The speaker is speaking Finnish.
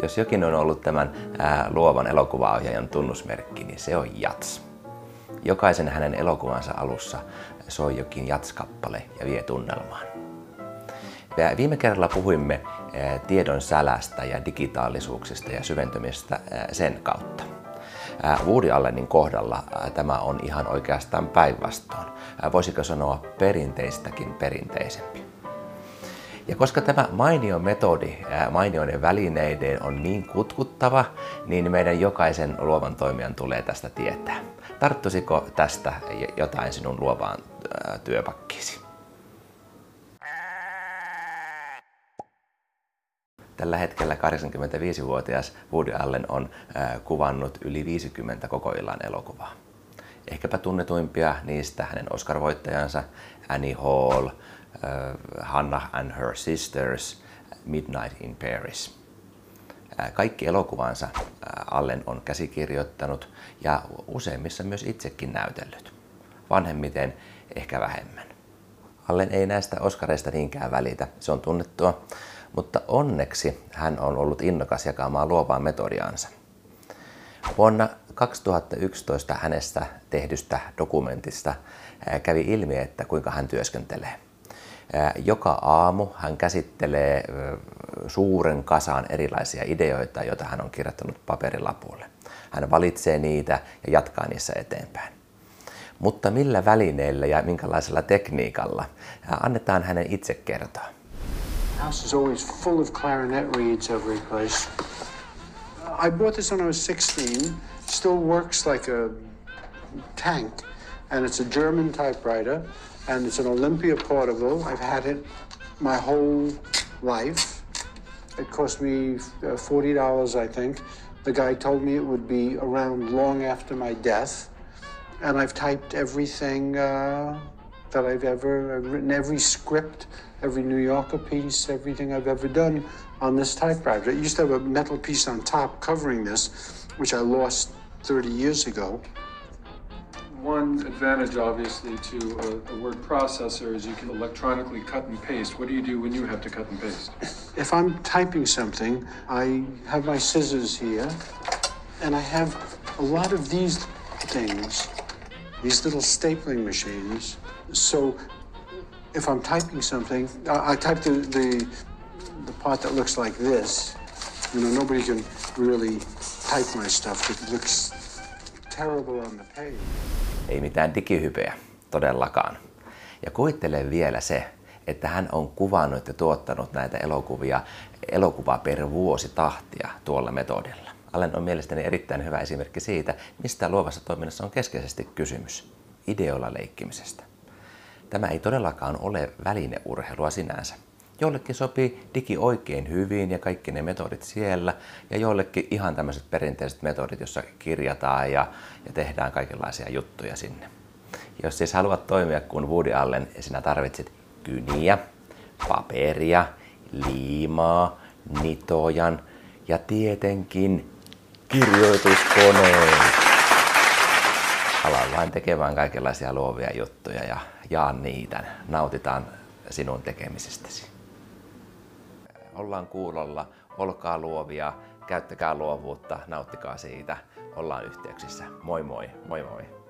Jos jokin on ollut tämän luovan elokuvaohjaajan tunnusmerkki, niin se on jats. Jokaisen hänen elokuvansa alussa soi jokin jats-kappale ja vie tunnelmaan. Viime kerralla puhuimme tiedon sälästä ja digitaalisuuksista ja syventymisestä sen kautta. Woody Allenin kohdalla tämä on ihan oikeastaan päinvastoin. Voisiko sanoa perinteistäkin perinteisempi. Ja koska tämä mainio metodi mainioiden välineiden on niin kutkuttava, niin meidän jokaisen luovan toimijan tulee tästä tietää. Tarttusiko tästä jotain sinun luovaan työpakkiisi? Tällä hetkellä 85-vuotias Woody Allen on kuvannut yli 50 koko illan elokuvaa. Ehkäpä tunnetuimpia niistä hänen Oscar-voittajansa Annie Hall, Hannah and Her Sisters, Midnight in Paris. Kaikki elokuvansa Allen on käsikirjoittanut ja useimmissa myös itsekin näytellyt. Vanhemmiten ehkä vähemmän. Allen ei näistä Oscareista niinkään välitä, se on tunnettua, mutta onneksi hän on ollut innokas jakamaan luovaa metodiaansa. Vuonna 2011 hänestä tehdystä dokumentista kävi ilmi, että kuinka hän työskentelee. Joka aamu hän käsittelee suuren kasan erilaisia ideoita, joita hän on kirjoittanut paperilapulle. Hän valitsee niitä ja jatkaa niissä eteenpäin. Mutta millä välineillä ja minkälaisella tekniikalla annetaan hänen itse kertoa. The house is always full of clarinet reeds every place. I bought this when I was 16. Still works like a tank, and it's a German typewriter, and it's an Olympia portable. I've had it my whole life. It cost me $40, I think. The guy told me it would be around long after my death, and I've typed everything that I've written, every script, every New Yorker piece, everything I've ever done on this typewriter. It used to have a metal piece on top covering this, which I lost 30 years ago. One advantage, obviously, to a word processor is you can electronically cut and paste. What do you do when you have to cut and paste? If I'm typing something, I have my scissors here, and I have a lot of these things, these little stapling machines. So if I'm typing something, I type the part that looks like this. You know, nobody can really type my stuff. It looks terrible on the page. Ei mitään digihypeä, todellakaan. Ja kuvittele vielä se, että hän on kuvannut ja tuottanut näitä elokuvaa per vuosi tahtia tuolla metodilla. Allen on mielestäni erittäin hyvä esimerkki siitä, mistä luovassa toiminnassa on keskeisesti kysymys. Ideoilla leikkimisestä. Tämä ei todellakaan ole välineurheilua sinänsä. Jollekin sopii digi oikein hyvin ja kaikki ne metodit siellä, ja jollekin ihan tämmöiset perinteiset metodit, jossa kirjataan ja tehdään kaikenlaisia juttuja sinne. Jos siis haluat toimia kuin Woody Allen, sinä tarvitset kyniä, paperia, liimaa, nitojan ja tietenkin kirjoituskoneen. Ala vain tekemään kaikenlaisia luovia juttuja ja jaa niitä. Nautitaan sinun tekemisestäsi. Ollaan kuulolla, olkaa luovia, käyttäkää luovuutta, nauttikaa siitä. Ollaan yhteyksissä. Moi moi, moi moi.